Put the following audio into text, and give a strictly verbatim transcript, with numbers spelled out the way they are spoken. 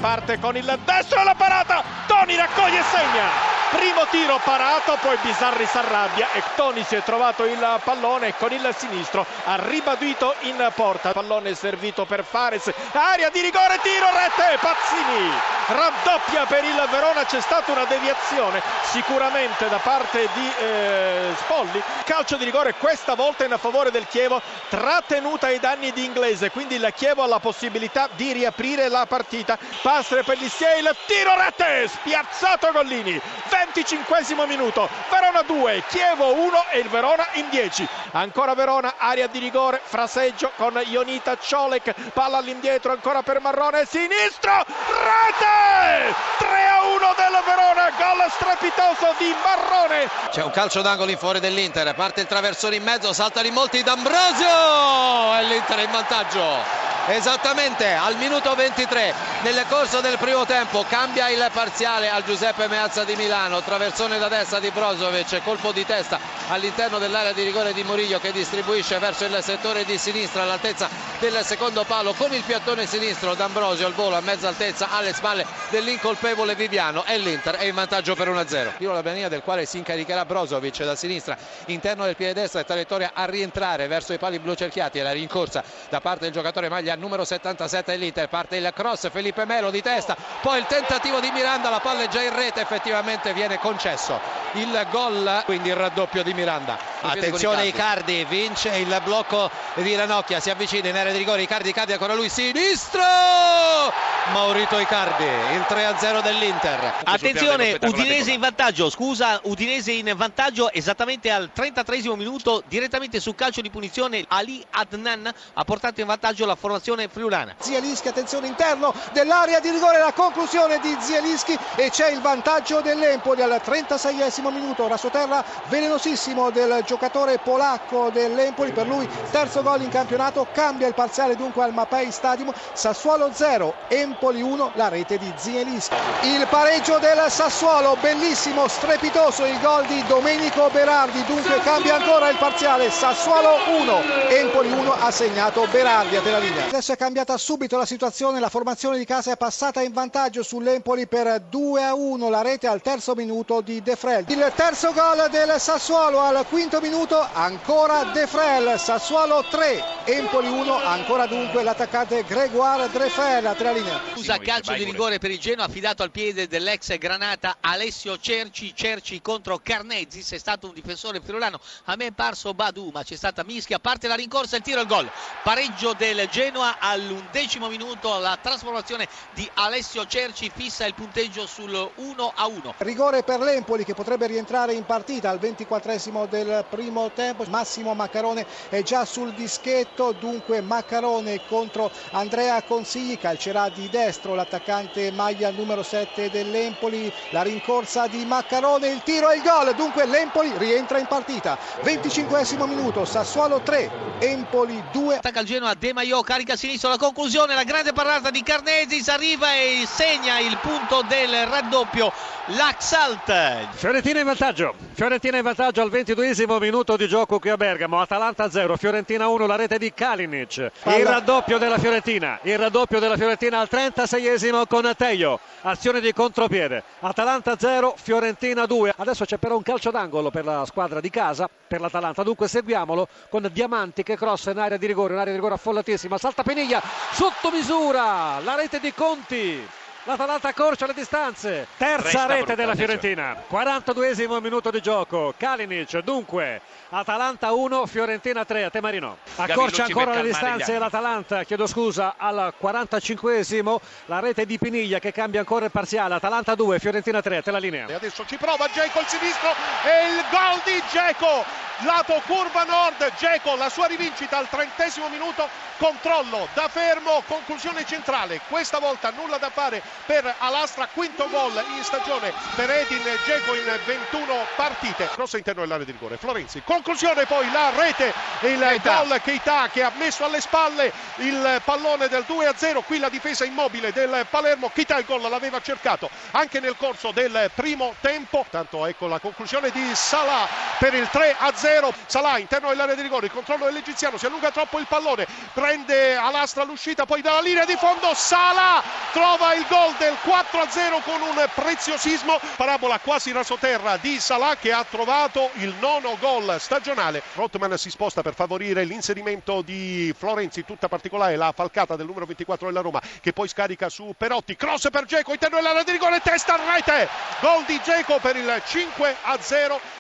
parte con il destro e la parata, Toni raccoglie e segna. Primo tiro parato, poi Bizzarri si arrabbia e Toni si è trovato il pallone e con il sinistro ha ribadito in porta. Pallone servito per Fares, area di rigore, tiro, rete, Pazzini raddoppia per il Verona. C'è stata una deviazione sicuramente da parte di eh, Spolli, calcio di rigore questa volta in favore del Chievo, trattenuta ai danni di Inglese, quindi il Chievo ha la possibilità di riaprire la partita. Passere per gli Stiel, tiro, rete, spiazzato Gollini. venticinquesimo minuto, Verona due, Chievo uno e il Verona in dieci. Ancora Verona, area di rigore, fraseggio con Ionita Ciolek, palla all'indietro ancora per Marrone, sinistro, rete! tre a uno del Verona, gol strepitoso di Marrone. C'è un calcio d'angolo in fuori dell'Inter, parte il traversone in mezzo, saltano in molti, D'Ambrosio e l'Inter è in vantaggio. Esattamente al minuto ventitré nel corso del primo tempo cambia il parziale al Giuseppe Meazza di Milano, traversone da destra di Brozovic, colpo di testa all'interno dell'area di rigore di Murillo che distribuisce verso il settore di sinistra all'altezza del secondo palo con il piattone sinistro. D'Ambrosio al volo a mezza altezza alle spalle dell'incolpevole Viviano e l'Inter è in vantaggio per uno a zero. Tiro alla Benia del quale si incaricherà Brozovic da sinistra, interno del piede destro e traiettoria a rientrare verso i pali blu cerchiati e la rincorsa da parte del giocatore maglia numero settantasette dell'Inter. Parte il cross, Felipe Melo di testa, poi il tentativo di Miranda, la palla è già in rete, effettivamente viene concesso il gol, quindi il raddoppio di Miranda. Attenzione Icardi, vince il blocco di Ranocchia, si avvicina in area di rigore, Icardi cade ancora lui, sinistro, Maurito Icardi, il tre a zero dell'Inter. Attenzione, Udinese in vantaggio, scusa, Udinese in vantaggio esattamente al trentatreesimo minuto, direttamente sul calcio di punizione Ali Adnan ha portato in vantaggio la formazione friulana. Zielinski, attenzione, interno dell'area di rigore, la conclusione di Zielinski e c'è il vantaggio dell'Empoli al trentaseiesimo minuto, rassoterra velenosissimo del giocatore polacco dell'Empoli, per lui terzo gol in campionato, cambia il parziale dunque al Mapei Stadium, Sassuolo zero, Empoli uno, la rete di Zielinski. Il pareggio del Sassuolo, bellissimo, strepitoso il gol di Domenico Berardi, dunque cambia ancora il parziale, Sassuolo uno, Empoli uno, ha segnato Berardi a te la linea. Adesso è cambiata subito la situazione, la formazione di casa è passata in vantaggio sull'Empoli per due a uno, la rete al terzo minuto di De Frel. Il terzo gol del Sassuolo al quinto minuto, ancora De Frel, Sassuolo tre, Empoli uno, ancora dunque l'attaccante Grégoire De Frel a te la linea. Usa calcio di rigore per il Genoa affidato al piede dell'ex Granata Alessio Cerci, Cerci contro Carnezis, è stato un difensore friulano, a me è parso Badu ma c'è stata mischia, parte la rincorsa, il tiro e il gol, pareggio del Genoa all'undecimo minuto, la trasformazione di Alessio Cerci fissa il punteggio sul uno a uno. Rigore per l'Empoli che potrebbe rientrare in partita al ventiquattresimo del primo tempo, Massimo Maccarone è già sul dischetto, dunque Maccarone contro Andrea Consigli, calcerà di destro l'attaccante maglia numero sette dell'Empoli, la rincorsa di Maccarone, il tiro e il gol, dunque l'Empoli rientra in partita. venticinquesimo minuto, Sassuolo tre, Empoli due. Attacca il Genoa, De Maio carica a sinistra, la conclusione, la grande parata di Carnezis, arriva e segna il punto del raddoppio l'Axalt. Fiorentina in vantaggio, Fiorentina in vantaggio al ventiduesimo minuto di gioco qui a Bergamo, Atalanta zero, Fiorentina uno, la rete di Kalinic, il raddoppio della Fiorentina, il raddoppio della Fiorentina al trentaseiesimo con Tejo, azione di contropiede, Atalanta zero, Fiorentina due. Adesso c'è però un calcio d'angolo per la squadra di casa, per l'Atalanta, dunque seguiamolo con Diamanti che crossa in area di rigore, un'area di rigore affollatissima, salta Peniglia, sotto misura, la rete di Conti. L'Atalanta accorcia le distanze, terza rete della Fiorentina, quarantaduesimo minuto di gioco, Kalinic, dunque Atalanta uno, Fiorentina tre, a te Marino. Accorcia ancora le distanze l'Atalanta, chiedo scusa, al quarantacinquesimo la rete di Piniglia che cambia ancora il parziale, Atalanta due, Fiorentina tre, a te la linea. E adesso ci prova Dzeko il sinistro e il gol di Dzeko, lato curva nord, Dzeko la sua rivincita al trentesimo minuto, controllo da fermo, conclusione centrale, questa volta nulla da fare per Alastra, quinto gol in stagione per Edin Dzeko in ventuno partite. Cross interno dell'area di rigore, Florenzi, conclusione poi la rete, il Keita. Gol Keita che ha messo alle spalle il pallone del due a zero, qui la difesa immobile del Palermo, Keita il gol l'aveva cercato anche nel corso del primo tempo, tanto ecco la conclusione di Salah per il tre a zero. zero. Salah interno dell'area di rigore, il controllo dell'egiziano, si allunga troppo il pallone, prende a lastra l'uscita, poi dalla linea di fondo Salah trova il gol del quattro a zero con un preziosismo, parabola quasi rasoterra di Salah che ha trovato il nono gol stagionale. Rothman si sposta per favorire l'inserimento di Florenzi, tutta particolare la falcata del numero ventiquattro della Roma che poi scarica su Perotti, cross per Dzeko, interno dell'area di rigore, testa a rete, gol di Dzeko per il cinque a zero.